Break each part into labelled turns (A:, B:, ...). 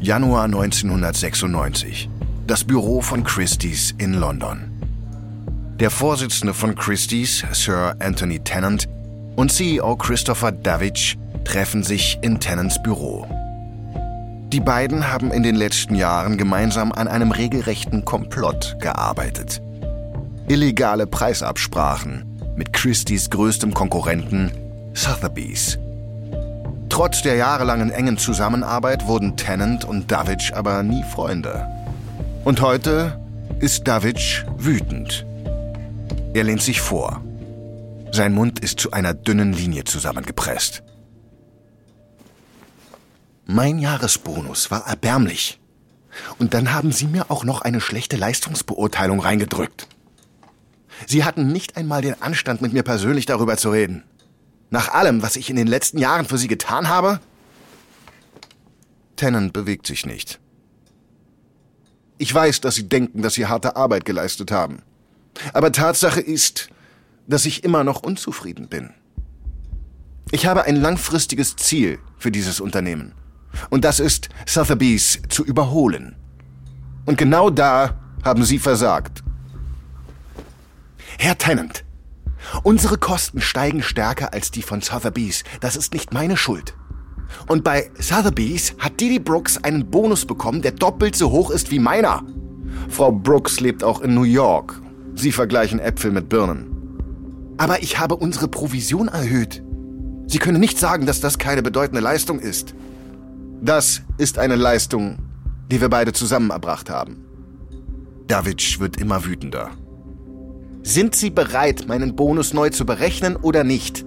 A: Januar 1996. Das Büro von Christie's in London. Der Vorsitzende von Christie's, Sir Anthony Tennant, und CEO Christopher Davidge treffen sich in Tennants Büro. Die beiden haben in den letzten Jahren gemeinsam an einem regelrechten Komplott gearbeitet. Illegale Preisabsprachen mit Christie's größtem Konkurrenten Sotheby's. Trotz der jahrelangen engen Zusammenarbeit wurden Tennant und Davidge aber nie Freunde. Und heute ist Davidge wütend. Er lehnt sich vor. Sein Mund ist zu einer dünnen Linie zusammengepresst. Mein Jahresbonus war erbärmlich. Und dann haben Sie mir auch noch eine schlechte Leistungsbeurteilung reingedrückt. Sie hatten nicht einmal den Anstand, mit mir persönlich darüber zu reden. Nach allem, was ich in den letzten Jahren für Sie getan habe? Tennant bewegt sich nicht. Ich weiß, dass Sie denken, dass Sie harte Arbeit geleistet haben. Aber Tatsache ist, dass ich immer noch unzufrieden bin. Ich habe ein langfristiges Ziel für dieses Unternehmen. Und das ist, Sotheby's zu überholen. Und genau da haben Sie versagt. Herr Tennant, unsere Kosten steigen stärker als die von Sotheby's. Das ist nicht meine Schuld. Und bei Sotheby's hat Didi Brooks einen Bonus bekommen, der doppelt so hoch ist wie meiner. Frau Brooks lebt auch in New York. Sie vergleichen Äpfel mit Birnen. Aber ich habe unsere Provision erhöht. Sie können nicht sagen, dass das keine bedeutende Leistung ist. Das ist eine Leistung, die wir beide zusammen erbracht haben. Davidge wird immer wütender. Sind Sie bereit, meinen Bonus neu zu berechnen oder nicht?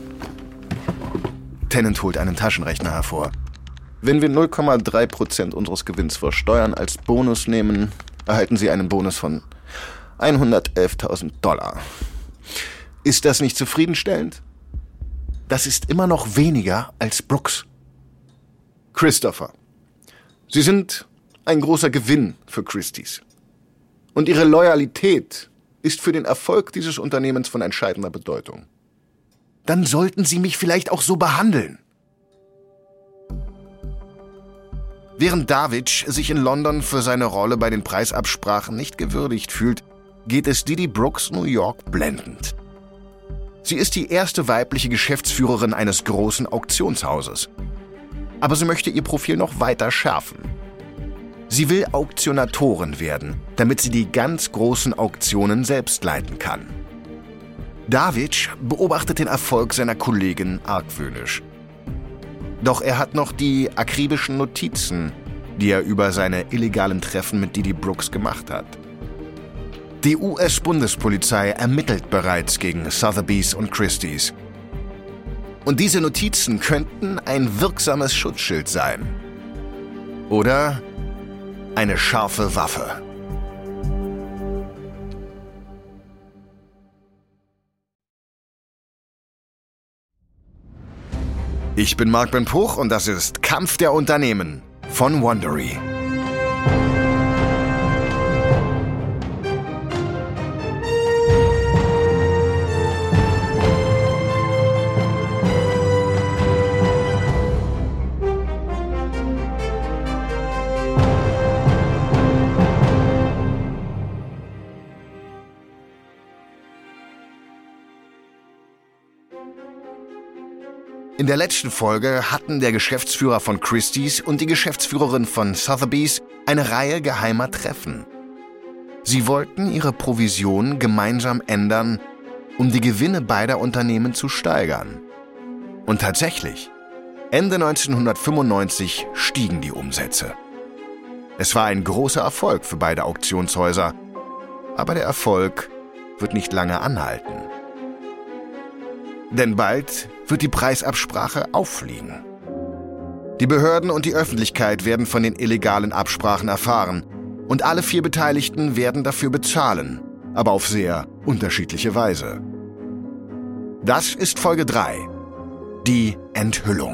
A: Tennant holt einen Taschenrechner hervor. Wenn wir 0,3% unseres Gewinns vor Steuern als Bonus nehmen, erhalten Sie einen Bonus von $111.000. Ist das nicht zufriedenstellend? Das ist immer noch weniger als Brooks. Christopher, Sie sind ein großer Gewinn für Christie's. Und Ihre Loyalität ist für den Erfolg dieses Unternehmens von entscheidender Bedeutung. Dann sollten Sie mich vielleicht auch so behandeln. Während Davidge sich in London für seine Rolle bei den Preisabsprachen nicht gewürdigt fühlt, geht es Didi Brooks New York blendend. Sie ist die erste weibliche Geschäftsführerin eines großen Auktionshauses. Aber sie möchte ihr Profil noch weiter schärfen. Sie will Auktionatorin werden, damit sie die ganz großen Auktionen selbst leiten kann. Davidge beobachtet den Erfolg seiner Kollegin argwöhnisch. Doch er hat noch die akribischen Notizen, die er über seine illegalen Treffen mit Didi Brooks gemacht hat. Die US-Bundespolizei ermittelt bereits gegen Sotheby's und Christie's. Und diese Notizen könnten ein wirksames Schutzschild sein. Oder eine scharfe Waffe. Ich bin Marc Ben Puch und das ist Kampf der Unternehmen von Wondery. In der letzten Folge hatten der Geschäftsführer von Christie's und die Geschäftsführerin von Sotheby's eine Reihe geheimer Treffen. Sie wollten ihre Provision gemeinsam ändern, um die Gewinne beider Unternehmen zu steigern. Und tatsächlich, Ende 1995 stiegen die Umsätze. Es war ein großer Erfolg für beide Auktionshäuser, aber der Erfolg wird nicht lange anhalten. Denn bald wird die Preisabsprache auffliegen. Die Behörden und die Öffentlichkeit werden von den illegalen Absprachen erfahren und alle 4 Beteiligten werden dafür bezahlen, aber auf sehr unterschiedliche Weise. Das ist Folge 3, die Enthüllung.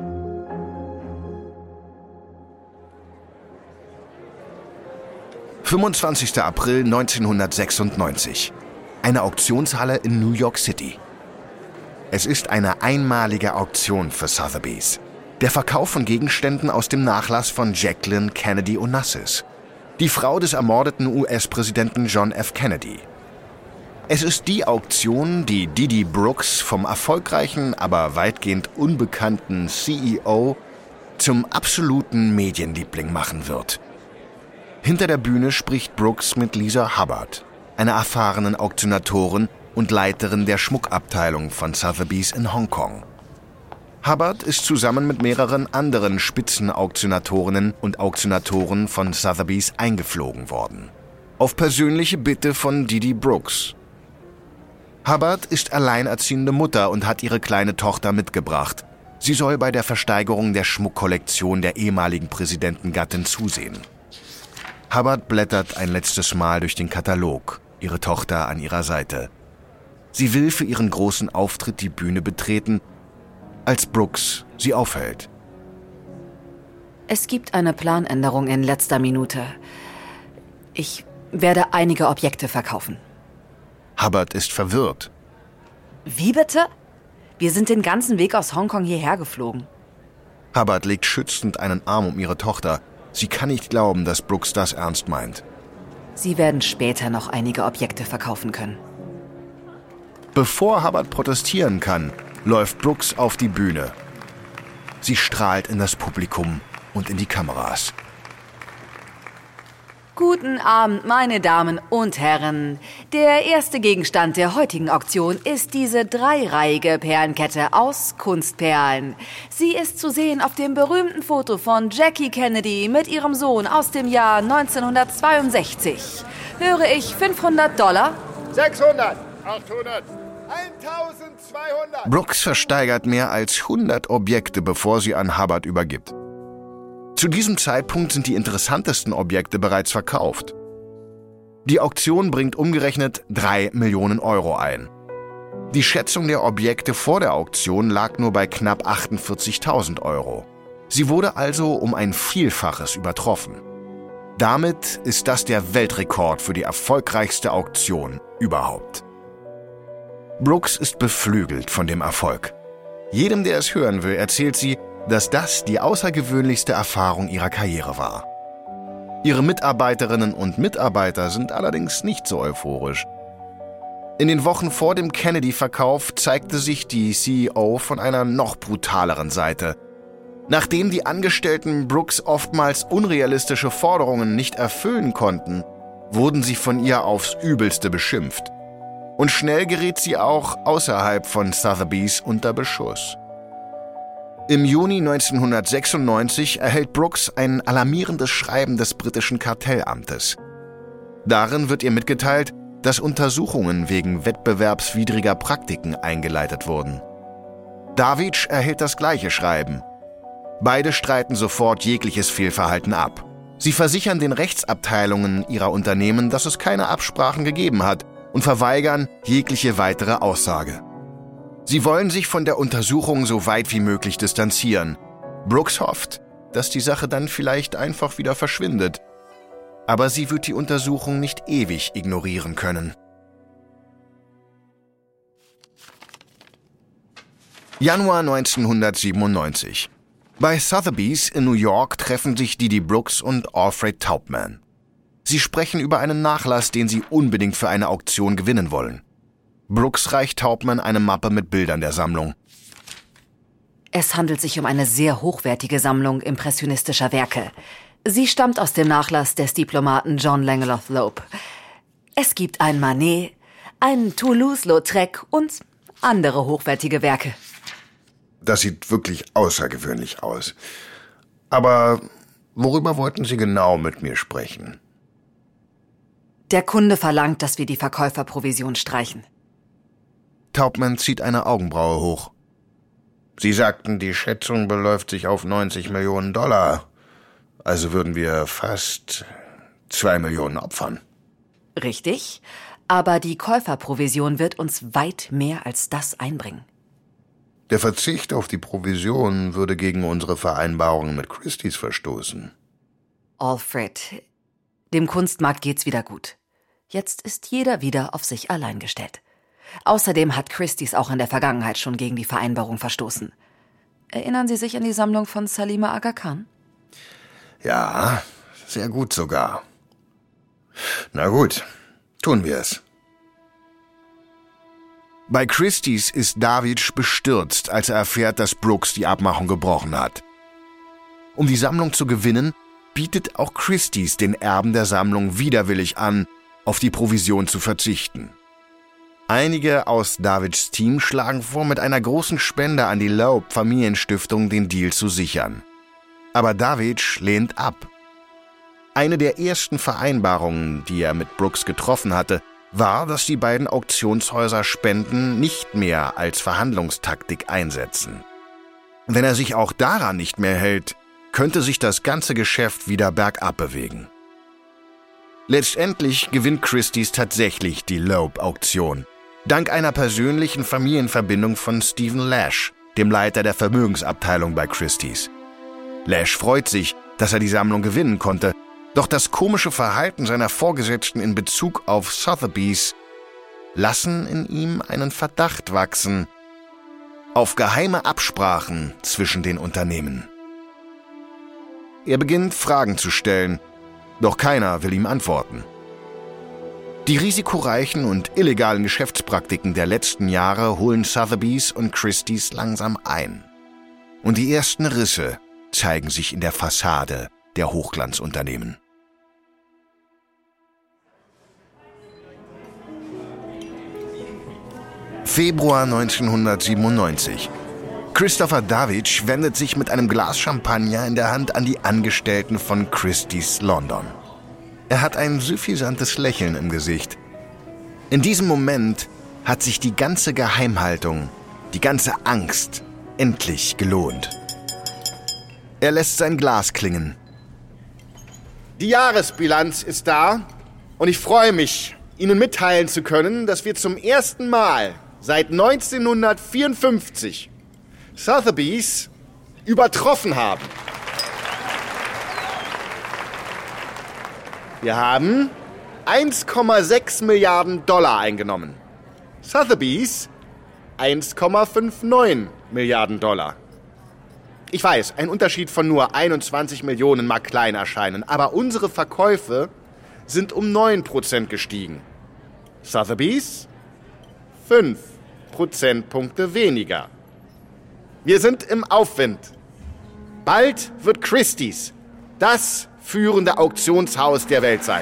A: »25. April 1996. Eine Auktionshalle in New York City. Es ist eine einmalige Auktion für Sotheby's. Der Verkauf von Gegenständen aus dem Nachlass von Jacqueline Kennedy Onassis, die Frau des ermordeten US-Präsidenten John F. Kennedy. Es ist die Auktion, die Didi Brooks vom erfolgreichen, aber weitgehend unbekannten CEO zum absoluten Medienliebling machen wird. Hinter der Bühne spricht Brooks mit Lisa Hubbard, einer erfahrenen Auktionatorin und Leiterin der Schmuckabteilung von Sotheby's in Hongkong. Hubbard ist zusammen mit mehreren anderen Spitzenauktionatorinnen und Auktionatoren von Sotheby's eingeflogen worden. Auf persönliche Bitte von Didi Brooks. Hubbard ist alleinerziehende Mutter und hat ihre kleine Tochter mitgebracht. Sie soll bei der Versteigerung der Schmuckkollektion der ehemaligen Präsidentengattin zusehen. Hubbard blättert ein letztes Mal durch den Katalog, ihre Tochter an ihrer Seite. Sie will für ihren großen Auftritt die Bühne betreten, als Brooks sie aufhält.
B: Es gibt eine Planänderung in letzter Minute. Ich werde einige Objekte verkaufen.
A: Hubbard ist verwirrt.
B: Wie bitte? Wir sind den ganzen Weg aus Hongkong hierher geflogen.
A: Hubbard legt schützend einen Arm um ihre Tochter. Sie kann nicht glauben, dass Brooks das ernst meint.
B: Sie werden später noch einige Objekte verkaufen können.
A: Bevor Hubbard protestieren kann, läuft Brooks auf die Bühne. Sie strahlt in das Publikum und in die Kameras.
B: Guten Abend, meine Damen und Herren. Der erste Gegenstand der heutigen Auktion ist diese dreireihige Perlenkette aus Kunstperlen. Sie ist zu sehen auf dem berühmten Foto von Jackie Kennedy mit ihrem Sohn aus dem Jahr 1962. Höre ich $500?
C: 600, 800, 1200.
A: Brooks versteigert mehr als 100 Objekte, bevor sie an Hubbard übergibt. Zu diesem Zeitpunkt sind die interessantesten Objekte bereits verkauft. Die Auktion bringt umgerechnet 3 Millionen Euro ein. Die Schätzung der Objekte vor der Auktion lag nur bei knapp 48.000 Euro. Sie wurde also um ein Vielfaches übertroffen. Damit ist das der Weltrekord für die erfolgreichste Auktion überhaupt. Brooks ist beflügelt von dem Erfolg. Jedem, der es hören will, erzählt sie, dass das die außergewöhnlichste Erfahrung ihrer Karriere war. Ihre Mitarbeiterinnen und Mitarbeiter sind allerdings nicht so euphorisch. In den Wochen vor dem Kennedy-Verkauf zeigte sich die CEO von einer noch brutaleren Seite. Nachdem die Angestellten Brooks oftmals unrealistische Forderungen nicht erfüllen konnten, wurden sie von ihr aufs Übelste beschimpft. Und schnell geriet sie auch außerhalb von Sotheby's unter Beschuss. Im Juni 1996 erhält Brooks ein alarmierendes Schreiben des britischen Kartellamtes. Darin wird ihr mitgeteilt, dass Untersuchungen wegen wettbewerbswidriger Praktiken eingeleitet wurden. Davidge erhält das gleiche Schreiben. Beide streiten sofort jegliches Fehlverhalten ab. Sie versichern den Rechtsabteilungen ihrer Unternehmen, dass es keine Absprachen gegeben hat und verweigern jegliche weitere Aussage. Sie wollen sich von der Untersuchung so weit wie möglich distanzieren. Brooks hofft, dass die Sache dann vielleicht einfach wieder verschwindet. Aber sie wird die Untersuchung nicht ewig ignorieren können. Januar 1997. Bei Sotheby's in New York treffen sich Didi Brooks und Alfred Taubman. Sie sprechen über einen Nachlass, den sie unbedingt für eine Auktion gewinnen wollen. Brooks reicht Taubman eine Mappe mit Bildern der Sammlung.
B: Es handelt sich um eine sehr hochwertige Sammlung impressionistischer Werke. Sie stammt aus dem Nachlass des Diplomaten John Langeloth Loeb. Es gibt ein Manet, ein Toulouse-Lautrec und andere hochwertige Werke.
A: Das sieht wirklich außergewöhnlich aus. Aber worüber wollten Sie genau mit mir sprechen?
B: Der Kunde verlangt, dass wir die Verkäuferprovision streichen.
A: Taubman zieht eine Augenbraue hoch. Sie sagten, die Schätzung beläuft sich auf 90 Millionen $. Also würden wir fast 2 Millionen opfern.
B: Richtig, aber die Käuferprovision wird uns weit mehr als das einbringen.
A: Der Verzicht auf die Provision würde gegen unsere Vereinbarungen mit Christie's verstoßen.
B: Alfred, dem Kunstmarkt geht's wieder gut. Jetzt ist jeder wieder auf sich allein gestellt. Außerdem hat Christie's auch in der Vergangenheit schon gegen die Vereinbarung verstoßen. Erinnern Sie sich an die Sammlung von Salima Aga Khan?
A: Ja, sehr gut sogar. Na gut, tun wir es. Bei Christie's ist Davidge bestürzt, als er erfährt, dass Brooks die Abmachung gebrochen hat. Um die Sammlung zu gewinnen, bietet auch Christie's den Erben der Sammlung widerwillig an, auf die Provision zu verzichten. Einige aus Davidges Team schlagen vor, mit einer großen Spende an die Loeb Familienstiftung den Deal zu sichern. Aber Davidge lehnt ab. Eine der ersten Vereinbarungen, die er mit Brooks getroffen hatte, war, dass die beiden Auktionshäuser Spenden nicht mehr als Verhandlungstaktik einsetzen. Wenn er sich auch daran nicht mehr hält, könnte sich das ganze Geschäft wieder bergab bewegen. Letztendlich gewinnt Christie's tatsächlich die Loeb-Auktion, dank einer persönlichen Familienverbindung von Stephen Lash, dem Leiter der Vermögensabteilung bei Christie's. Lash freut sich, dass er die Sammlung gewinnen konnte, doch das komische Verhalten seiner Vorgesetzten in Bezug auf Sotheby's lassen in ihm einen Verdacht wachsen auf geheime Absprachen zwischen den Unternehmen. Er beginnt Fragen zu stellen, doch keiner will ihm antworten. Die risikoreichen und illegalen Geschäftspraktiken der letzten Jahre holen Sotheby's und Christie's langsam ein. Und die ersten Risse zeigen sich in der Fassade der Hochglanzunternehmen. Februar 1997. Christopher Davidge wendet sich mit einem Glas Champagner in der Hand an die Angestellten von Christie's London. Er hat ein suffisantes Lächeln im Gesicht. In diesem Moment hat sich die ganze Geheimhaltung, die ganze Angst endlich gelohnt. Er lässt sein Glas klingen.
C: Die Jahresbilanz ist da und ich freue mich, Ihnen mitteilen zu können, dass wir zum ersten Mal seit 1954 Sotheby's übertroffen haben. Wir haben 1,6 Milliarden Dollar eingenommen. Sotheby's 1,59 Milliarden Dollar. Ich weiß, ein Unterschied von nur 21 Millionen mag klein erscheinen, aber unsere Verkäufe sind um 9% gestiegen. Sotheby's 5 Prozentpunkte weniger. Wir sind im Aufwind. Bald wird Christie's das führende Auktionshaus der Welt sein.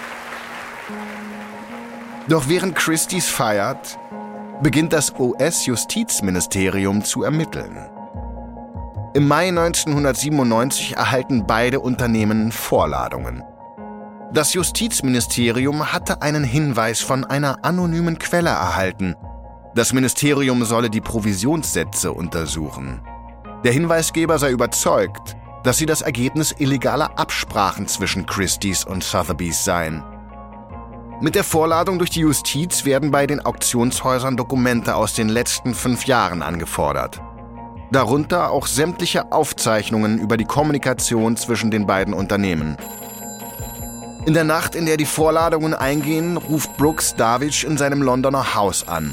A: Doch während Christie's feiert, beginnt das US-Justizministerium zu ermitteln. Im Mai 1997 erhalten beide Unternehmen Vorladungen. Das Justizministerium hatte einen Hinweis von einer anonymen Quelle erhalten. Das Ministerium solle die Provisionssätze untersuchen. Der Hinweisgeber sei überzeugt, dass sie das Ergebnis illegaler Absprachen zwischen Christie's und Sotheby's seien. Mit der Vorladung durch die Justiz werden bei den Auktionshäusern Dokumente aus den letzten 5 Jahren angefordert. Darunter auch sämtliche Aufzeichnungen über die Kommunikation zwischen den beiden Unternehmen. In der Nacht, in der die Vorladungen eingehen, ruft Brooks Davidge in seinem Londoner Haus an.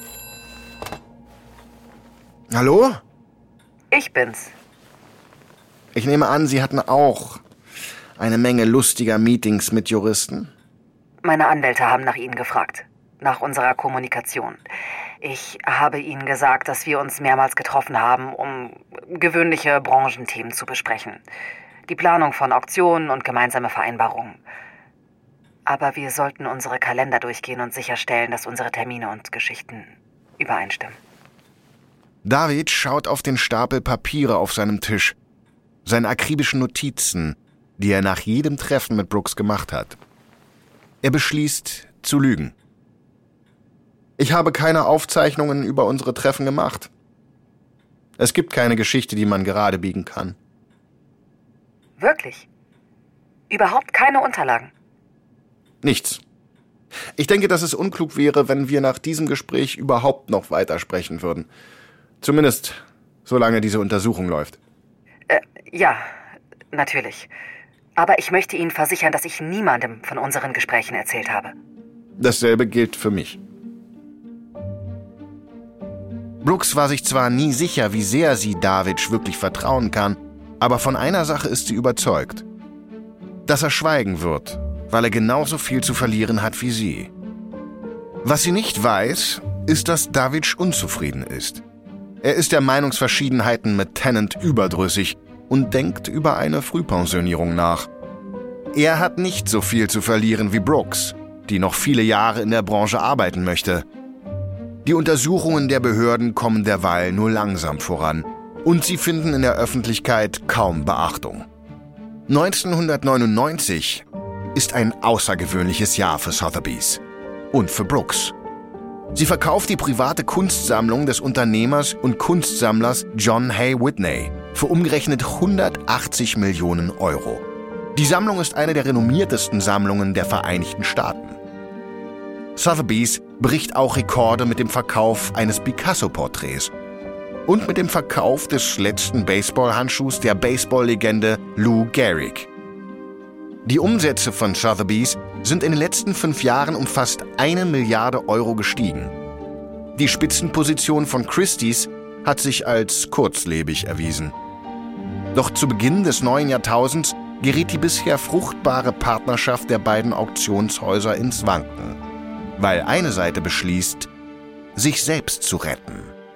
A: Hallo?
B: Ich bin's.
A: Ich nehme an, Sie hatten auch eine Menge lustiger Meetings mit Juristen?
B: Meine Anwälte haben nach Ihnen gefragt. Nach unserer Kommunikation. Ich habe Ihnen gesagt, dass wir uns mehrmals getroffen haben, um gewöhnliche Branchenthemen zu besprechen. Die Planung von Auktionen und gemeinsame Vereinbarungen. Aber wir sollten unsere Kalender durchgehen und sicherstellen, dass unsere Termine und Geschichten übereinstimmen.
A: David schaut auf den Stapel Papiere auf seinem Tisch, seine akribischen Notizen, die er nach jedem Treffen mit Brooks gemacht hat. Er beschließt, zu lügen. Ich habe keine Aufzeichnungen über unsere Treffen gemacht. Es gibt keine Geschichte, die man gerade biegen kann.
B: Wirklich? Überhaupt keine Unterlagen?
A: Nichts. Ich denke, dass es unklug wäre, wenn wir nach diesem Gespräch überhaupt noch weitersprechen würden. Zumindest, solange diese Untersuchung läuft.
B: Ja, natürlich. Aber ich möchte Ihnen versichern, dass ich niemandem von unseren Gesprächen erzählt habe.
A: Dasselbe gilt für mich. Brooks war sich zwar nie sicher, wie sehr sie Davidge wirklich vertrauen kann, aber von einer Sache ist sie überzeugt: dass er schweigen wird, weil er genauso viel zu verlieren hat wie sie. Was sie nicht weiß, ist, dass Davidge unzufrieden ist. Er ist der Meinungsverschiedenheiten mit Tennant überdrüssig und denkt über eine Frühpensionierung nach. Er hat nicht so viel zu verlieren wie Brooks, die noch viele Jahre in der Branche arbeiten möchte. Die Untersuchungen der Behörden kommen derweil nur langsam voran und sie finden in der Öffentlichkeit kaum Beachtung. 1999 ist ein außergewöhnliches Jahr für Sotheby's und für Brooks. Sie verkauft die private Kunstsammlung des Unternehmers und Kunstsammlers John Hay Whitney für umgerechnet 180 Millionen Euro. Die Sammlung ist eine der renommiertesten Sammlungen der Vereinigten Staaten. Sotheby's bricht auch Rekorde mit dem Verkauf eines Picasso-Porträts und mit dem Verkauf des letzten Baseballhandschuhs der Baseballlegende Lou Gehrig. Die Umsätze von Sotheby's sind in den letzten 5 Jahren um fast 1 Milliarde Euro gestiegen. Die Spitzenposition von Christie's hat sich als kurzlebig erwiesen. Doch zu Beginn des neuen Jahrtausends geriet die bisher fruchtbare Partnerschaft der beiden Auktionshäuser ins Wanken, weil eine Seite beschließt, sich selbst zu retten.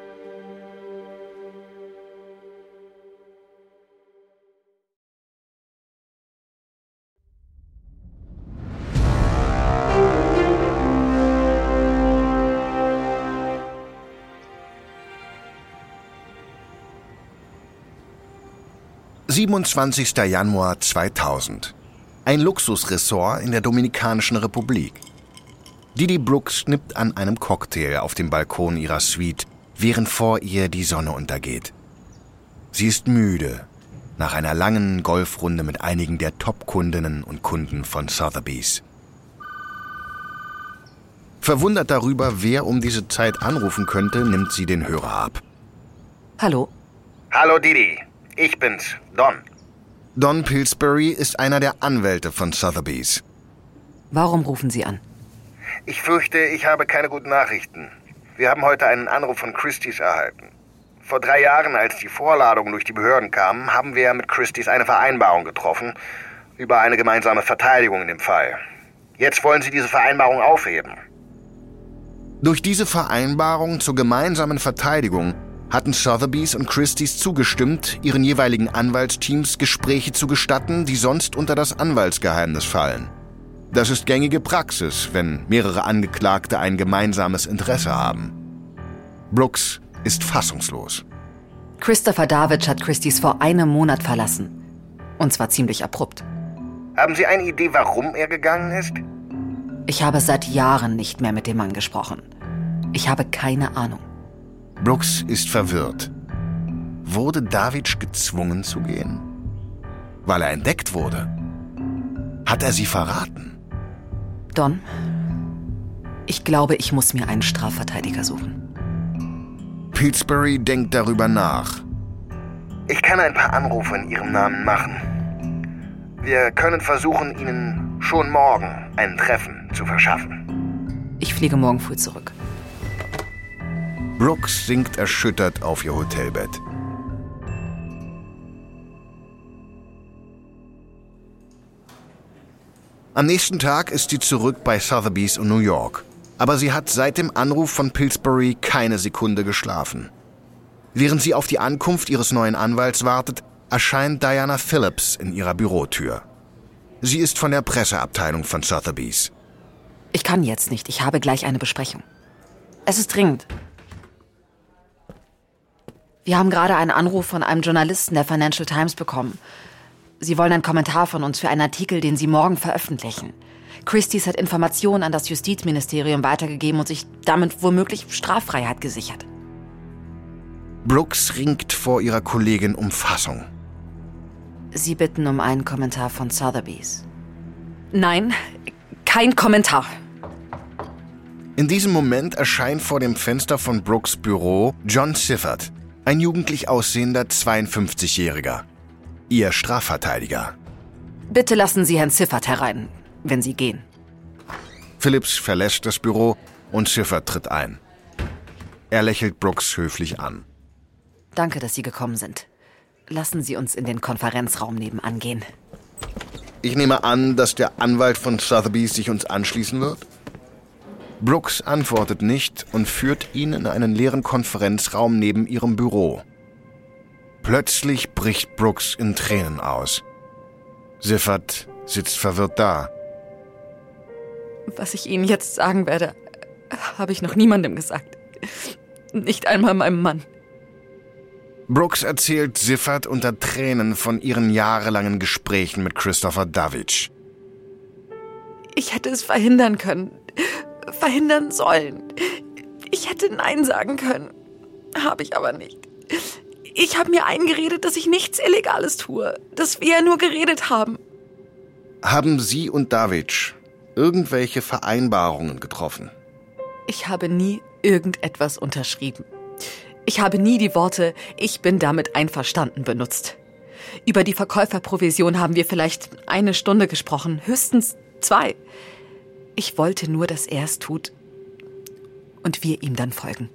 A: »27. Januar 2000. Ein Luxusressort in der Dominikanischen Republik. Didi Brooks schnippt an einem Cocktail auf dem Balkon ihrer Suite, während vor ihr die Sonne untergeht. Sie ist müde, nach einer langen Golfrunde mit einigen der Top-Kundinnen und Kunden von Sotheby's. Verwundert darüber, wer um diese Zeit anrufen könnte, nimmt sie den Hörer ab.
B: Hallo?
C: Hallo Didi, ich bin's, Don.
A: Don Pillsbury ist einer der Anwälte von Sotheby's.
B: Warum rufen Sie an?
C: Ich fürchte, ich habe keine guten Nachrichten. Wir haben heute einen Anruf von Christie's erhalten. Vor 3 Jahren, als die Vorladungen durch die Behörden kamen, haben wir mit Christie's eine Vereinbarung getroffen über eine gemeinsame Verteidigung in dem Fall. Jetzt wollen sie diese Vereinbarung aufheben.
A: Durch diese Vereinbarung zur gemeinsamen Verteidigung hatten Sotheby's und Christie's zugestimmt, ihren jeweiligen Anwaltsteams Gespräche zu gestatten, die sonst unter das Anwaltsgeheimnis fallen. Das ist gängige Praxis, wenn mehrere Angeklagte ein gemeinsames Interesse haben. Brooks ist fassungslos.
B: Christopher Davidge hat Christie's vor einem Monat verlassen. Und zwar ziemlich abrupt.
C: Haben Sie eine Idee, warum er gegangen ist?
B: Ich habe seit Jahren nicht mehr mit dem Mann gesprochen. Ich habe keine Ahnung.
A: Brooks ist verwirrt. Wurde Davidge gezwungen zu gehen? Weil er entdeckt wurde? Hat er sie verraten?
B: Don, ich glaube, ich muss mir einen Strafverteidiger suchen.
A: Pillsbury denkt darüber nach.
C: Ich kann ein paar Anrufe in Ihrem Namen machen. Wir können versuchen, Ihnen schon morgen ein Treffen zu verschaffen.
B: Ich fliege morgen früh zurück.
A: Brooks sinkt erschüttert auf ihr Hotelbett. Am nächsten Tag ist sie zurück bei Sotheby's in New York. Aber sie hat seit dem Anruf von Pillsbury keine Sekunde geschlafen. Während sie auf die Ankunft ihres neuen Anwalts wartet, erscheint Diana Phillips in ihrer Bürotür. Sie ist von der Presseabteilung von Sotheby's.
B: Ich kann jetzt nicht. Ich habe gleich eine Besprechung. Es ist dringend. Wir haben gerade einen Anruf von einem Journalisten der Financial Times bekommen. Sie wollen einen Kommentar von uns für einen Artikel, den Sie morgen veröffentlichen. Christie's hat Informationen an das Justizministerium weitergegeben und sich damit womöglich Straffreiheit gesichert.
A: Brooks ringt vor ihrer Kollegin um Fassung.
B: Sie bitten um einen Kommentar von Sotheby's. Nein, kein Kommentar.
A: In diesem Moment erscheint vor dem Fenster von Brooks Büro John Siffert, ein jugendlich aussehender 52-Jähriger. Ihr Strafverteidiger.
B: Bitte lassen Sie Herrn Siffert herein, wenn Sie gehen.
A: Phillips verlässt das Büro und Siffert tritt ein. Er lächelt Brooks höflich an.
B: Danke, dass Sie gekommen sind. Lassen Sie uns in den Konferenzraum nebenan gehen.
A: Ich nehme an, dass der Anwalt von Sotheby's sich uns anschließen wird? Brooks antwortet nicht und führt ihn in einen leeren Konferenzraum neben ihrem Büro. Plötzlich bricht Brooks in Tränen aus. Ziffert sitzt verwirrt da.
D: Was ich Ihnen jetzt sagen werde, habe ich noch niemandem gesagt. Nicht einmal meinem Mann.
A: Brooks erzählt Ziffert unter Tränen von ihren jahrelangen Gesprächen mit Christopher Davidge.
D: Ich hätte es verhindern können. Verhindern sollen. Ich hätte Nein sagen können. Habe ich aber nicht. Ich habe mir eingeredet, dass ich nichts Illegales tue. Dass wir ja nur geredet haben.
A: Haben Sie und Davidge irgendwelche Vereinbarungen getroffen?
D: Ich habe nie irgendetwas unterschrieben. Ich habe nie die Worte „Ich bin damit einverstanden" benutzt. Über die Verkäuferprovision haben wir vielleicht 1 Stunde gesprochen, höchstens 2. Ich wollte nur, dass er es tut und wir ihm dann folgen.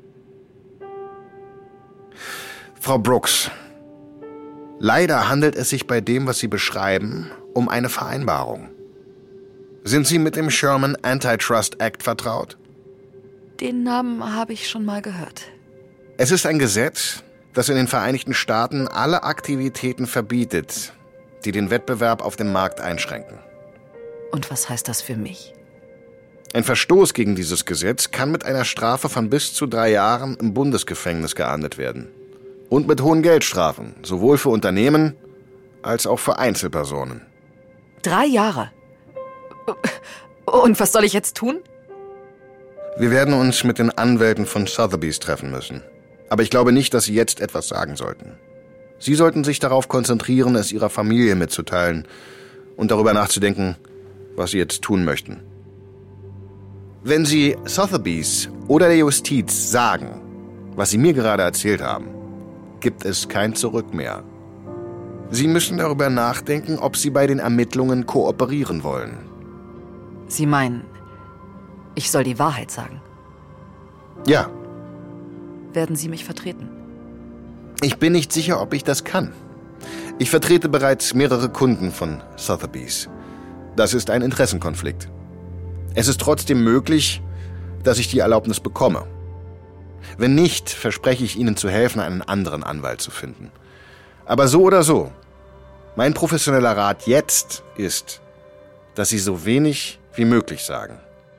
A: Frau Brooks, leider handelt es sich bei dem, was Sie beschreiben, um eine Vereinbarung. Sind Sie mit dem Sherman Antitrust Act vertraut?
D: Den Namen habe ich schon mal gehört.
A: Es ist ein Gesetz, das in den Vereinigten Staaten alle Aktivitäten verbietet, die den Wettbewerb auf dem Markt einschränken.
D: Und was heißt das für mich?
A: Ein Verstoß gegen dieses Gesetz kann mit einer Strafe von bis zu 3 Jahren im Bundesgefängnis geahndet werden. Und mit hohen Geldstrafen, sowohl für Unternehmen als auch für Einzelpersonen.
D: 3 Jahre? Und was soll ich jetzt tun?
A: Wir werden uns mit den Anwälten von Sotheby's treffen müssen. Aber ich glaube nicht, dass Sie jetzt etwas sagen sollten. Sie sollten sich darauf konzentrieren, es Ihrer Familie mitzuteilen und darüber nachzudenken, was Sie jetzt tun möchten. Wenn Sie Sotheby's oder der Justiz sagen, was Sie mir gerade erzählt haben, gibt es kein Zurück mehr. Sie müssen darüber nachdenken, ob Sie bei den Ermittlungen kooperieren wollen.
B: Sie meinen, ich soll die Wahrheit sagen?
A: Ja.
B: Werden Sie mich vertreten?
A: Ich bin nicht sicher, ob ich das kann. Ich vertrete bereits mehrere Kunden von Sotheby's. Das ist ein Interessenkonflikt. Es ist trotzdem möglich, dass ich die Erlaubnis bekomme. Wenn nicht, verspreche ich Ihnen zu helfen, einen anderen Anwalt zu finden. Aber so oder so, mein professioneller Rat jetzt ist, dass Sie so wenig wie möglich sagen.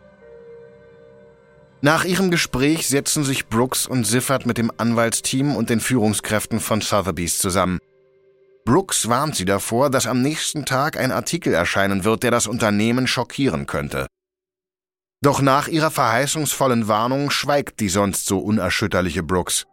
A: Nach ihrem Gespräch setzen sich Brooks und Ziffert mit dem Anwaltsteam und den Führungskräften von Sotheby's zusammen. Brooks warnt sie davor, dass am nächsten Tag ein Artikel erscheinen wird, der das Unternehmen schockieren könnte. Doch nach ihrer verheißungsvollen Warnung schweigt die sonst so unerschütterliche Brooks.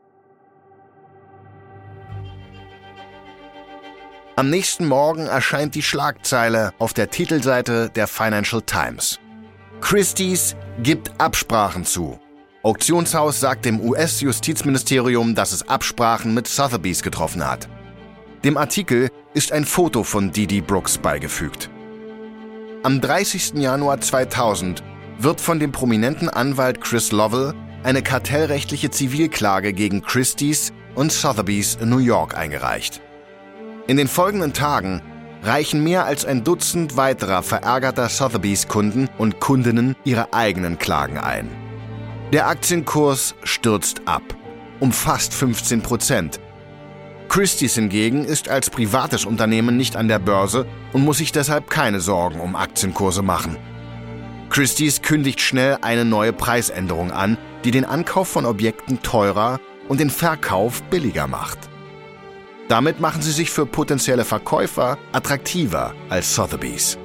A: Am nächsten Morgen erscheint die Schlagzeile auf der Titelseite der Financial Times. Christie's gibt Absprachen zu. Auktionshaus sagt dem US-Justizministerium, dass es Absprachen mit Sotheby's getroffen hat. Dem Artikel ist ein Foto von Dee Brooks beigefügt. Am 30. Januar 2000 wird von dem prominenten Anwalt Chris Lovell eine kartellrechtliche Zivilklage gegen Christie's und Sotheby's in New York eingereicht. In den folgenden Tagen reichen mehr als ein Dutzend weiterer verärgerter Sotheby's-Kunden und Kundinnen ihre eigenen Klagen ein. Der Aktienkurs stürzt ab, um fast 15%. Christie's hingegen ist als privates Unternehmen nicht an der Börse und muss sich deshalb keine Sorgen um Aktienkurse machen. Christie's kündigt schnell eine neue Preisänderung an, die den Ankauf von Objekten teurer und den Verkauf billiger macht. Damit machen sie sich für potenzielle Verkäufer attraktiver als Sotheby's.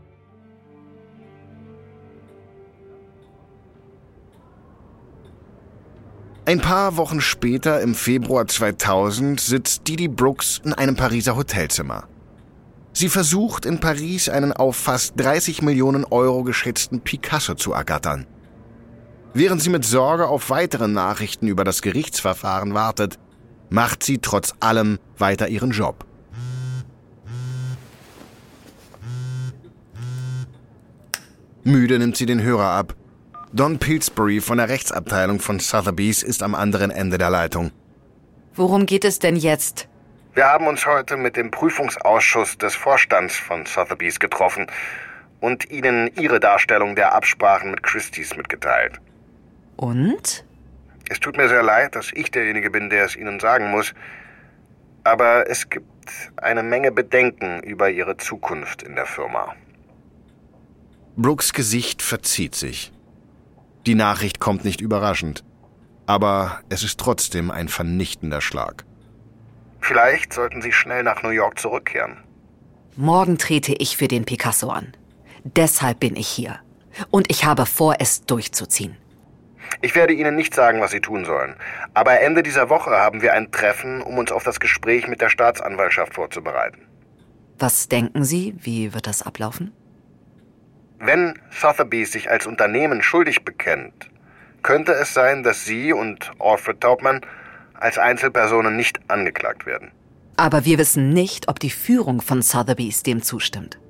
A: Ein paar Wochen später, im Februar 2000, sitzt Dee Brooks in einem Pariser Hotelzimmer. Sie versucht, in Paris einen auf fast 30 Millionen Euro geschätzten Picasso zu ergattern. Während sie mit Sorge auf weitere Nachrichten über das Gerichtsverfahren wartet, macht sie trotz allem weiter ihren Job. Müde nimmt sie den Hörer ab Don Pillsbury von der Rechtsabteilung von Sotheby's ist am anderen Ende der Leitung.
D: Worum geht es denn jetzt?
C: Wir haben uns heute mit dem Prüfungsausschuss des Vorstands von Sotheby's getroffen und Ihnen Ihre Darstellung der Absprachen mit Christie's mitgeteilt.
D: Und?
C: Es tut mir sehr leid, dass ich derjenige bin, der es Ihnen sagen muss, aber es gibt eine Menge Bedenken über Ihre Zukunft in der Firma.
A: Brooks Gesicht verzieht sich. Die Nachricht kommt nicht überraschend, aber es ist trotzdem ein vernichtender Schlag.
C: Vielleicht sollten Sie schnell nach New York zurückkehren.
D: Morgen trete ich für den Picasso an. Deshalb bin ich hier. Und ich habe vor, es durchzuziehen.
C: Ich werde Ihnen nicht sagen, was Sie tun sollen. Aber Ende dieser Woche haben wir ein Treffen, um uns auf das Gespräch mit der Staatsanwaltschaft vorzubereiten.
D: Was denken Sie? Wie wird das ablaufen?
C: Wenn Sotheby's sich als Unternehmen schuldig bekennt, könnte es sein, dass Sie und Alfred Taubman als Einzelpersonen nicht angeklagt werden.
D: Aber wir wissen nicht, ob die Führung von Sotheby's dem zustimmt.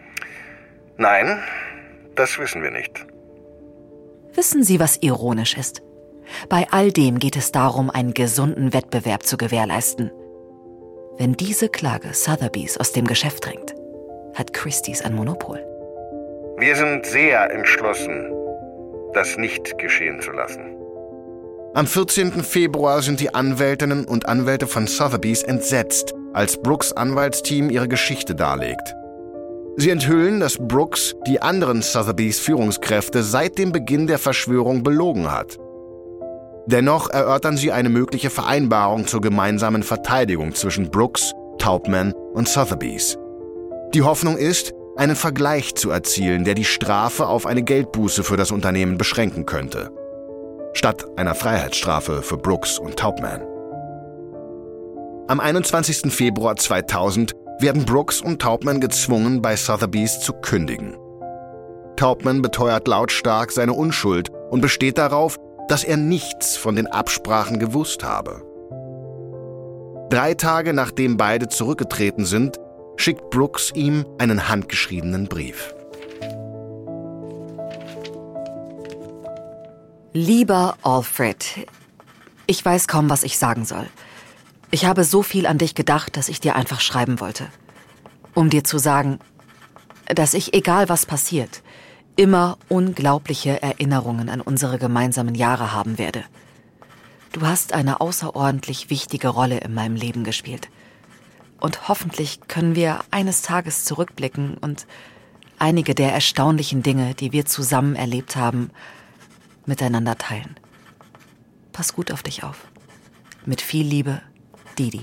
C: Nein, das wissen wir nicht.
D: Wissen Sie, was ironisch ist? Bei all dem geht es darum, einen gesunden Wettbewerb zu gewährleisten. Wenn diese Klage Sotheby's aus dem Geschäft drängt, hat Christie's ein Monopol.
C: Wir sind sehr entschlossen, das nicht geschehen zu lassen.
A: Am 14. Februar sind die Anwältinnen und Anwälte von Sotheby's entsetzt, als Brooks Anwaltsteam ihre Geschichte darlegt. Sie enthüllen, dass Brooks die anderen Sotheby's Führungskräfte seit dem Beginn der Verschwörung belogen hat. Dennoch erörtern sie eine mögliche Vereinbarung zur gemeinsamen Verteidigung zwischen Brooks, Taubman und Sotheby's. Die Hoffnung ist, einen Vergleich zu erzielen, der die Strafe auf eine Geldbuße für das Unternehmen beschränken könnte, statt einer Freiheitsstrafe für Brooks und Taubman. Am 21. Februar 2000 werden Brooks und Taubman gezwungen, bei Sotheby's zu kündigen. Taubman beteuert lautstark seine Unschuld und besteht darauf, dass er nichts von den Absprachen gewusst habe. 3 Tage nachdem beide zurückgetreten sind, schickt Brooks ihm einen handgeschriebenen Brief.
D: Lieber Alfred, ich weiß kaum, was ich sagen soll. Ich habe so viel an dich gedacht, dass ich dir einfach schreiben wollte. Um dir zu sagen, dass ich, egal was passiert, immer unglaubliche Erinnerungen an unsere gemeinsamen Jahre haben werde. Du hast eine außerordentlich wichtige Rolle in meinem Leben gespielt. Und hoffentlich können wir eines Tages zurückblicken und einige der erstaunlichen Dinge, die wir zusammen erlebt haben, miteinander teilen. Pass gut auf dich auf. Mit viel Liebe, Didi.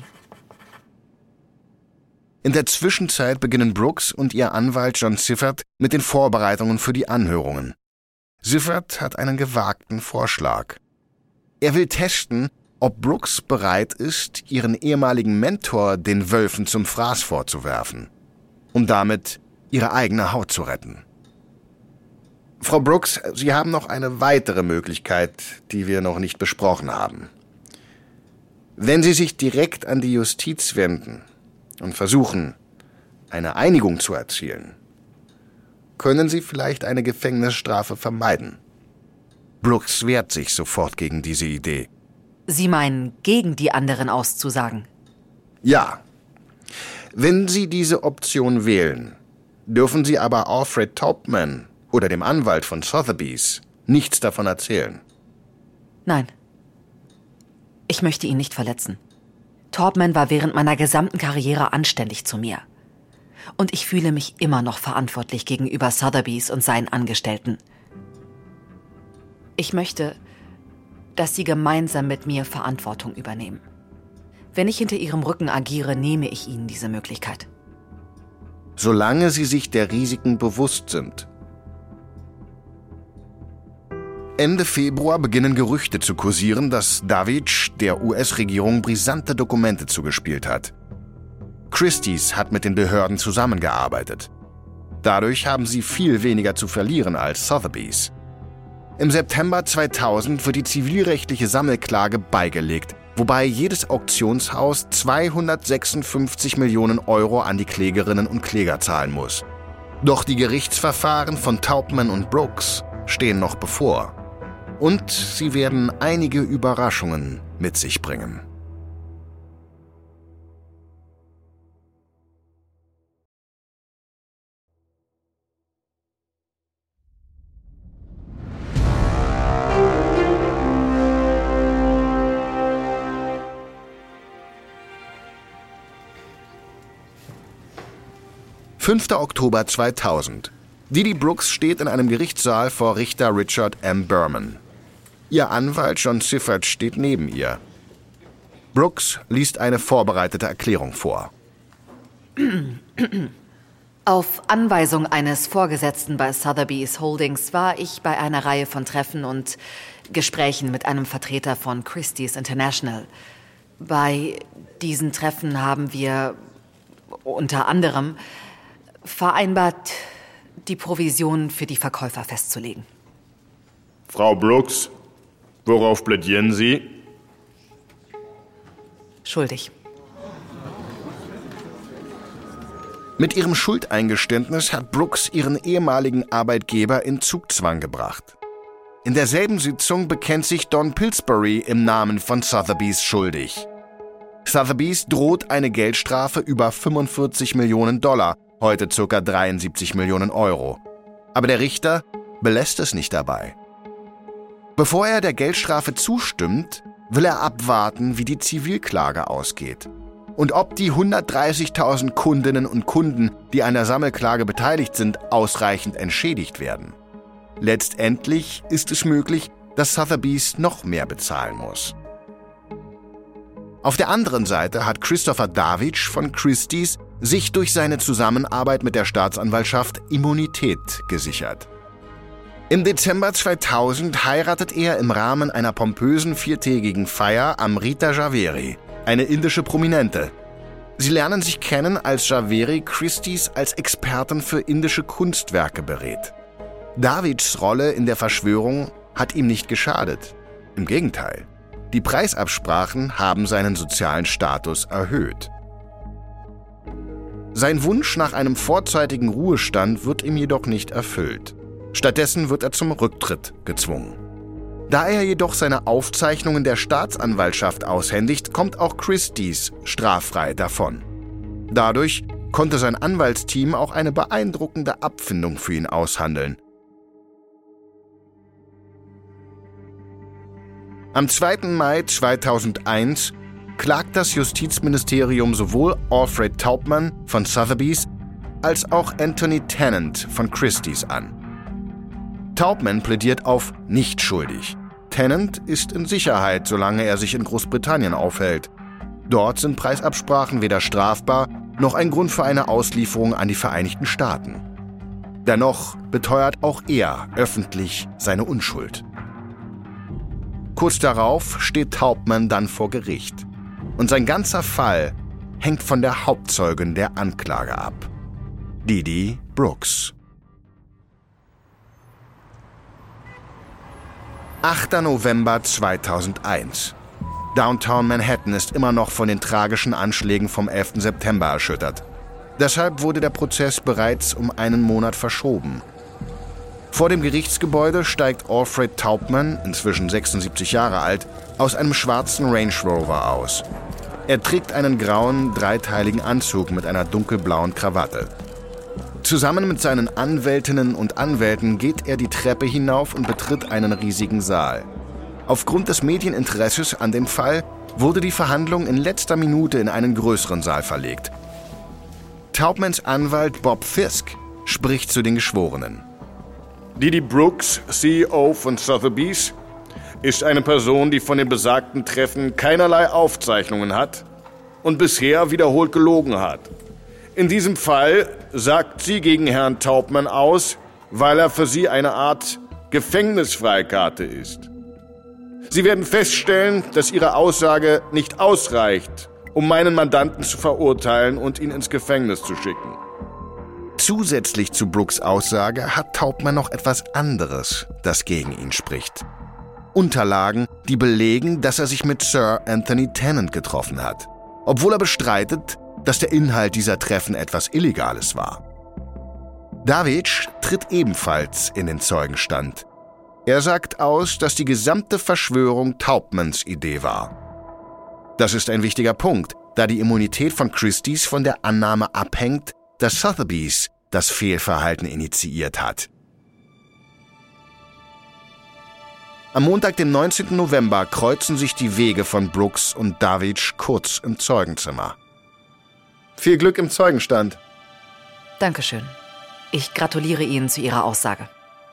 A: In der Zwischenzeit beginnen Brooks und ihr Anwalt John Siffert mit den Vorbereitungen für die Anhörungen. Siffert hat einen gewagten Vorschlag. Er will testen, ob Brooks bereit ist, ihren ehemaligen Mentor den Wölfen zum Fraß vorzuwerfen, um damit ihre eigene Haut zu retten. Frau Brooks, Sie haben noch eine weitere Möglichkeit, die wir noch nicht besprochen haben. Wenn Sie sich direkt an die Justiz wenden und versuchen, eine Einigung zu erzielen, können Sie vielleicht eine Gefängnisstrafe vermeiden. Brooks wehrt sich sofort gegen diese Idee.
D: Sie meinen, gegen die anderen auszusagen?
A: Ja. Wenn Sie diese Option wählen, dürfen Sie aber Alfred Taubman oder dem Anwalt von Sotheby's nichts davon erzählen.
D: Nein. Ich möchte ihn nicht verletzen. Taubman war während meiner gesamten Karriere anständig zu mir. Und ich fühle mich immer noch verantwortlich gegenüber Sotheby's und seinen Angestellten. Ich möchte, dass sie gemeinsam mit mir Verantwortung übernehmen. Wenn ich hinter ihrem Rücken agiere, nehme ich ihnen diese Möglichkeit.
A: Solange sie sich der Risiken bewusst sind. Ende Februar beginnen Gerüchte zu kursieren, dass Davidge der US-Regierung brisante Dokumente zugespielt hat. Christie's hat mit den Behörden zusammengearbeitet. Dadurch haben sie viel weniger zu verlieren als Sotheby's. Im September 2000 wird die zivilrechtliche Sammelklage beigelegt, wobei jedes Auktionshaus 256 Millionen Euro an die Klägerinnen und Kläger zahlen muss. Doch die Gerichtsverfahren von Taubman und Brooks stehen noch bevor. Und sie werden einige Überraschungen mit sich bringen. »5. Oktober 2000. Didi Brooks steht in einem Gerichtssaal vor Richter Richard M. Berman. Ihr Anwalt John Siffert steht neben ihr. Brooks liest eine vorbereitete Erklärung vor.
B: Auf Anweisung eines Vorgesetzten bei Sotheby's Holdings war ich bei einer Reihe von Treffen und Gesprächen mit einem Vertreter von Christie's International. Bei diesen Treffen haben wir unter anderem vereinbart, die Provision für die Verkäufer festzulegen.
E: Frau Brooks, worauf plädieren Sie?
B: Schuldig.
A: Mit ihrem Schuldeingeständnis hat Brooks ihren ehemaligen Arbeitgeber in Zugzwang gebracht. In derselben Sitzung bekennt sich Don Pillsbury im Namen von Sotheby's schuldig. Sotheby's droht eine Geldstrafe über $45 Millionen, heute ca. 73 Millionen Euro. Aber der Richter belässt es nicht dabei. Bevor er der Geldstrafe zustimmt, will er abwarten, wie die Zivilklage ausgeht. Und ob die 130.000 Kundinnen und Kunden, die an der Sammelklage beteiligt sind, ausreichend entschädigt werden. Letztendlich ist es möglich, dass Sotheby's noch mehr bezahlen muss. Auf der anderen Seite hat Christopher Davidge von Christie's sich durch seine Zusammenarbeit mit der Staatsanwaltschaft Immunität gesichert. Im Dezember 2000 heiratet er im Rahmen einer pompösen 4-tägigen Feier Amrita Javeri, eine indische Prominente. Sie lernen sich kennen, als Javeri Christie's als Expertin für indische Kunstwerke berät. Davidges Rolle in der Verschwörung hat ihm nicht geschadet. Im Gegenteil, die Preisabsprachen haben seinen sozialen Status erhöht. Sein Wunsch nach einem vorzeitigen Ruhestand wird ihm jedoch nicht erfüllt. Stattdessen wird er zum Rücktritt gezwungen. Da er jedoch seine Aufzeichnungen der Staatsanwaltschaft aushändigt, kommt auch Christie's straffrei davon. Dadurch konnte sein Anwaltsteam auch eine beeindruckende Abfindung für ihn aushandeln. Am 2. Mai 2001 klagt das Justizministerium sowohl Alfred Taubman von Sotheby's als auch Anthony Tennant von Christie's an. Taubman plädiert auf nicht schuldig. Tennant ist in Sicherheit, solange er sich in Großbritannien aufhält. Dort sind Preisabsprachen weder strafbar noch ein Grund für eine Auslieferung an die Vereinigten Staaten. Dennoch beteuert auch er öffentlich seine Unschuld. Kurz darauf steht Taubman dann vor Gericht. Und sein ganzer Fall hängt von der Hauptzeugin der Anklage ab. Didi Brooks. 8. November 2001. Downtown Manhattan ist immer noch von den tragischen Anschlägen vom 11. September erschüttert. Deshalb wurde der Prozess bereits um einen Monat verschoben. Vor dem Gerichtsgebäude steigt Alfred Taubman, inzwischen 76 Jahre alt, aus einem schwarzen Range Rover aus. Er trägt einen grauen, dreiteiligen Anzug mit einer dunkelblauen Krawatte. Zusammen mit seinen Anwältinnen und Anwälten geht er die Treppe hinauf und betritt einen riesigen Saal. Aufgrund des Medieninteresses an dem Fall wurde die Verhandlung in letzter Minute in einen größeren Saal verlegt. Taubmans Anwalt Bob Fisk spricht zu den Geschworenen.
E: Didi Brooks, CEO von Sotheby's, ist eine Person, die von den besagten Treffen keinerlei Aufzeichnungen hat und bisher wiederholt gelogen hat. In diesem Fall sagt sie gegen Herrn Taubman aus, weil er für sie eine Art Gefängnisfreikarte ist. Sie werden feststellen, dass ihre Aussage nicht ausreicht, um meinen Mandanten zu verurteilen und ihn ins Gefängnis zu schicken.
A: Zusätzlich zu Brooks' Aussage hat Taubman noch etwas anderes, das gegen ihn spricht. Unterlagen, die belegen, dass er sich mit Sir Anthony Tennant getroffen hat, obwohl er bestreitet, dass der Inhalt dieser Treffen etwas Illegales war. Davidge tritt ebenfalls in den Zeugenstand. Er sagt aus, dass die gesamte Verschwörung Taubmans Idee war. Das ist ein wichtiger Punkt, da die Immunität von Christie's von der Annahme abhängt, dass Sotheby's das Fehlverhalten initiiert hat. Am Montag, dem 19. November, kreuzen sich die Wege von Brooks und Davidge kurz im Zeugenzimmer.
C: Viel Glück im Zeugenstand.
B: Dankeschön. Ich gratuliere Ihnen zu Ihrer Aussage.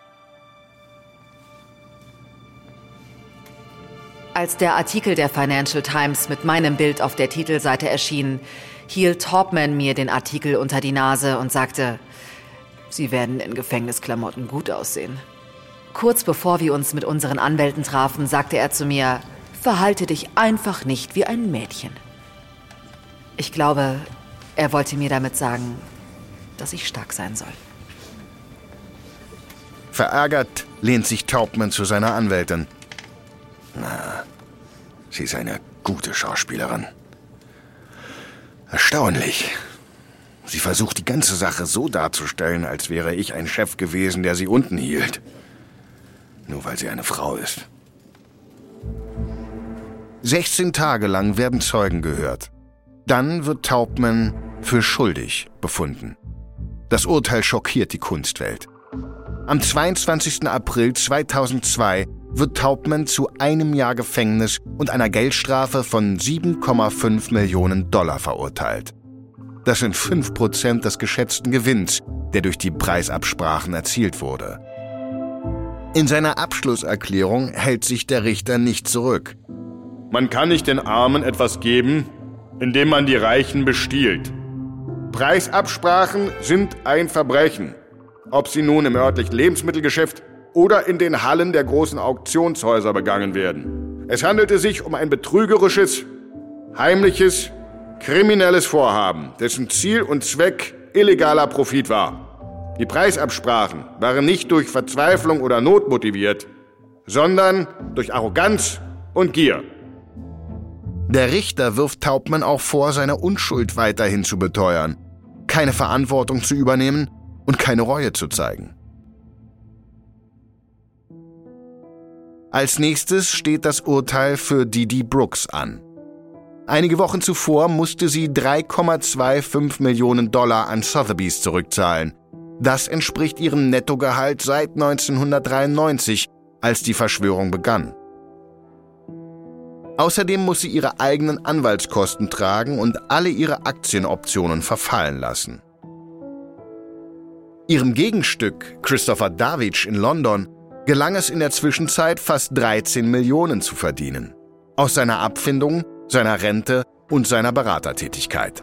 B: Als der Artikel der Financial Times mit meinem Bild auf der Titelseite erschien, hielt Taubman mir den Artikel unter die Nase und sagte, Sie werden in Gefängnisklamotten gut aussehen. Kurz bevor wir uns mit unseren Anwälten trafen, sagte er zu mir, verhalte dich einfach nicht wie ein Mädchen. Ich glaube, er wollte mir damit sagen, dass ich stark sein soll.
A: Verärgert lehnt sich Taubman zu seiner Anwältin. Na, sie ist eine gute Schauspielerin. Erstaunlich. Sie versucht, die ganze Sache so darzustellen, als wäre ich ein Chef gewesen, der sie unten hielt. Nur weil sie eine Frau ist. 16 Tage lang werden Zeugen gehört. Dann wird Taubman für schuldig befunden. Das Urteil schockiert die Kunstwelt. Am 22. April 2002 wird Taubman zu 1 Jahr Gefängnis und einer Geldstrafe von $7,5 Millionen verurteilt. Das sind 5% des geschätzten Gewinns, der durch die Preisabsprachen erzielt wurde. In seiner Abschlusserklärung hält sich der Richter nicht zurück.
E: Man kann nicht den Armen etwas geben, indem man die Reichen bestiehlt. Preisabsprachen sind ein Verbrechen. Ob sie nun im örtlichen Lebensmittelgeschäft oder in den Hallen der großen Auktionshäuser begangen werden. Es handelte sich um ein betrügerisches, heimliches, kriminelles Vorhaben, dessen Ziel und Zweck illegaler Profit war. Die Preisabsprachen waren nicht durch Verzweiflung oder Not motiviert, sondern durch Arroganz und Gier.
A: Der Richter wirft Taubman auch vor, seine Unschuld weiterhin zu beteuern, keine Verantwortung zu übernehmen und keine Reue zu zeigen. Als nächstes steht das Urteil für Dee Brooks an. Einige Wochen zuvor musste sie $3,25 Millionen an Sotheby's zurückzahlen. Das entspricht ihrem Nettogehalt seit 1993, als die Verschwörung begann. Außerdem muss sie ihre eigenen Anwaltskosten tragen und alle ihre Aktienoptionen verfallen lassen. Ihrem Gegenstück, Christopher Davidge in London, gelang es in der Zwischenzeit fast 13 Millionen zu verdienen. Aus seiner Abfindung, seiner Rente und seiner Beratertätigkeit.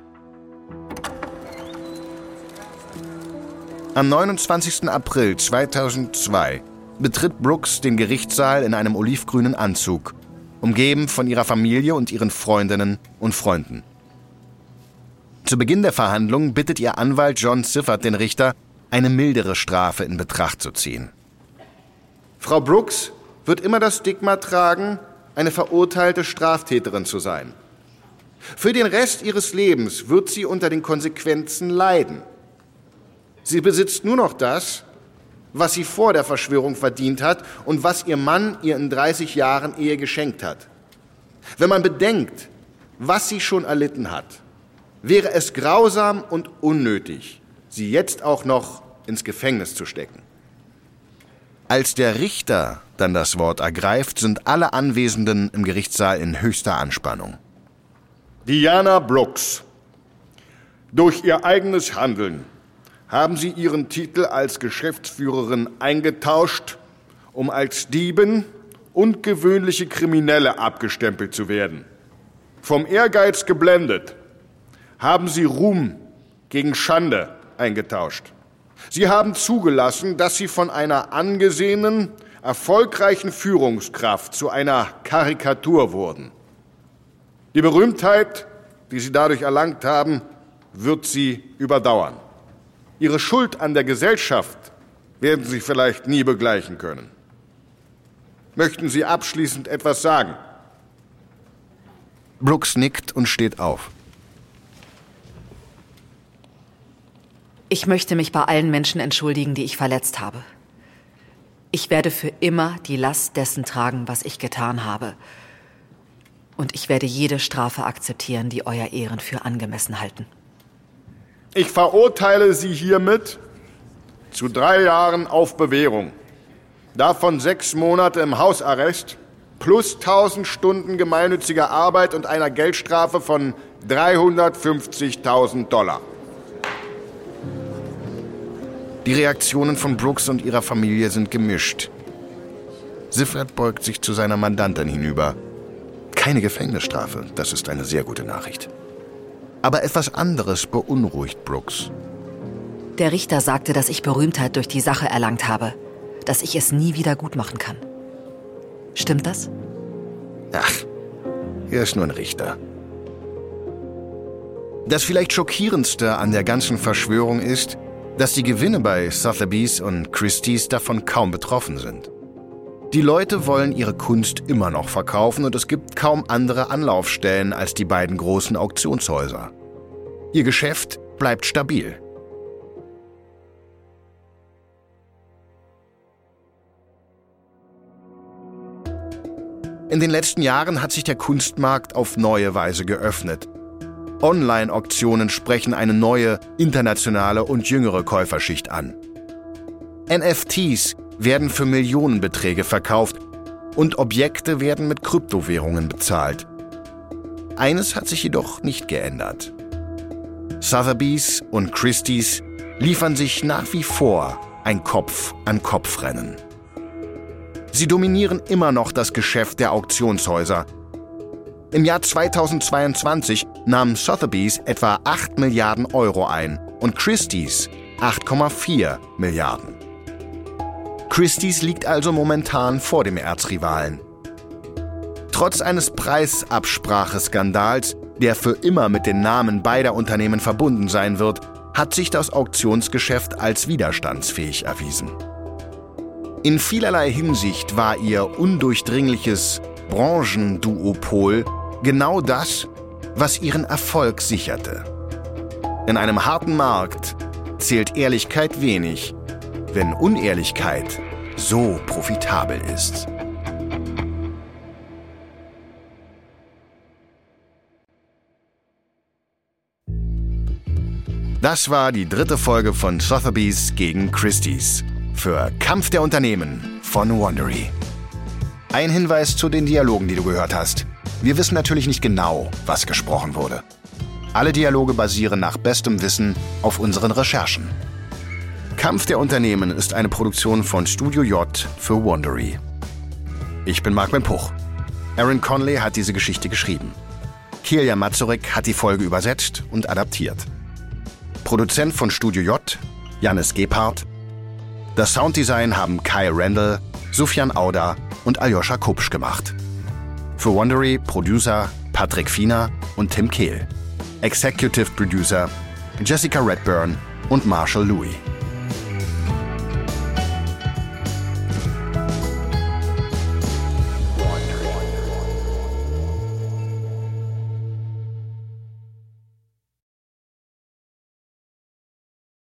A: Am 29. April 2002 betritt Brooks den Gerichtssaal in einem olivgrünen Anzug, umgeben von ihrer Familie und ihren Freundinnen und Freunden. Zu Beginn der Verhandlung bittet ihr Anwalt John Siffert den Richter, eine mildere Strafe in Betracht zu ziehen.
C: Frau Brooks wird immer das Stigma tragen, eine verurteilte Straftäterin zu sein. Für den Rest ihres Lebens wird sie unter den Konsequenzen leiden. Sie besitzt nur noch das, was sie vor der Verschwörung verdient hat und was ihr Mann ihr in 30 Jahren Ehe geschenkt hat. Wenn man bedenkt, was sie schon erlitten hat, wäre es grausam und unnötig, sie jetzt auch noch ins Gefängnis zu stecken.
A: Als der Richter dann das Wort ergreift, sind alle Anwesenden im Gerichtssaal in höchster Anspannung.
E: Diana Brooks. Durch ihr eigenes Handeln haben Sie Ihren Titel als Geschäftsführerin eingetauscht, um als Diebin und gewöhnliche Kriminelle abgestempelt zu werden. Vom Ehrgeiz geblendet, haben Sie Ruhm gegen Schande eingetauscht. Sie haben zugelassen, dass Sie von einer angesehenen, erfolgreichen Führungskraft zu einer Karikatur wurden. Die Berühmtheit, die Sie dadurch erlangt haben, wird Sie überdauern. Ihre Schuld an der Gesellschaft werden Sie vielleicht nie begleichen können. Möchten Sie abschließend etwas sagen?
A: Brooks nickt und steht auf.
B: Ich möchte mich bei allen Menschen entschuldigen, die ich verletzt habe.
D: Ich werde für immer die Last dessen tragen, was ich getan habe. Und ich werde jede Strafe akzeptieren, die euer Ehren für angemessen halten.
E: Ich verurteile Sie hiermit zu 3 Jahren auf Bewährung. Davon 6 Monate im Hausarrest plus 1000 Stunden gemeinnütziger Arbeit und einer Geldstrafe von $350.000.
A: Die Reaktionen von Brooks und ihrer Familie sind gemischt. Siffert beugt sich zu seiner Mandantin hinüber. Keine Gefängnisstrafe, das ist eine sehr gute Nachricht. Aber etwas anderes beunruhigt Brooks.
D: Der Richter sagte, dass ich Berühmtheit durch die Sache erlangt habe, dass ich es nie wieder gut machen kann. Stimmt das?
A: Ach, er ist nur ein Richter. Das vielleicht schockierendste an der ganzen Verschwörung ist, dass die Gewinne bei Sotheby's und Christie's davon kaum betroffen sind. Die Leute wollen ihre Kunst immer noch verkaufen und es gibt kaum andere Anlaufstellen als die beiden großen Auktionshäuser. Ihr Geschäft bleibt stabil. In den letzten Jahren hat sich der Kunstmarkt auf neue Weise geöffnet. Online-Auktionen sprechen eine neue, internationale und jüngere Käuferschicht an. NFTs werden für Millionenbeträge verkauft und Objekte werden mit Kryptowährungen bezahlt. Eines hat sich jedoch nicht geändert. Sotheby's und Christie's liefern sich nach wie vor ein Kopf-an-Kopf-Rennen. Sie dominieren immer noch das Geschäft der Auktionshäuser. Im Jahr 2022 nahmen Sotheby's etwa 8 Milliarden Euro ein und Christie's 8,4 Milliarden. Christie's liegt also momentan vor dem Erzrivalen. Trotz eines Preisabspracheskandals, der für immer mit den Namen beider Unternehmen verbunden sein wird, hat sich das Auktionsgeschäft als widerstandsfähig erwiesen. In vielerlei Hinsicht war ihr undurchdringliches Branchenduopol genau das, was ihren Erfolg sicherte. In einem harten Markt zählt Ehrlichkeit wenig, wenn Unehrlichkeit so profitabel ist. Das war die 3. Folge von Sotheby's gegen Christie's für Kampf der Unternehmen von Wondery. Ein Hinweis zu den Dialogen, die du gehört hast. Wir wissen natürlich nicht genau, was gesprochen wurde. Alle Dialoge basieren nach bestem Wissen auf unseren Recherchen. Kampf der Unternehmen ist eine Produktion von Studio J für Wondery. Ich bin Marc Puch. Aaron Conley hat diese Geschichte geschrieben. Kielja Mazurek hat die Folge übersetzt und adaptiert. Produzent von Studio J, Jannis Gebhardt. Das Sounddesign haben Kai Randall, Sufjan Auda und Aljoscha Kupsch gemacht. Für Wondery Producer Patrick Fiener und Tim Kehl. Executive Producer Jessica Redburn und Marshall Louis.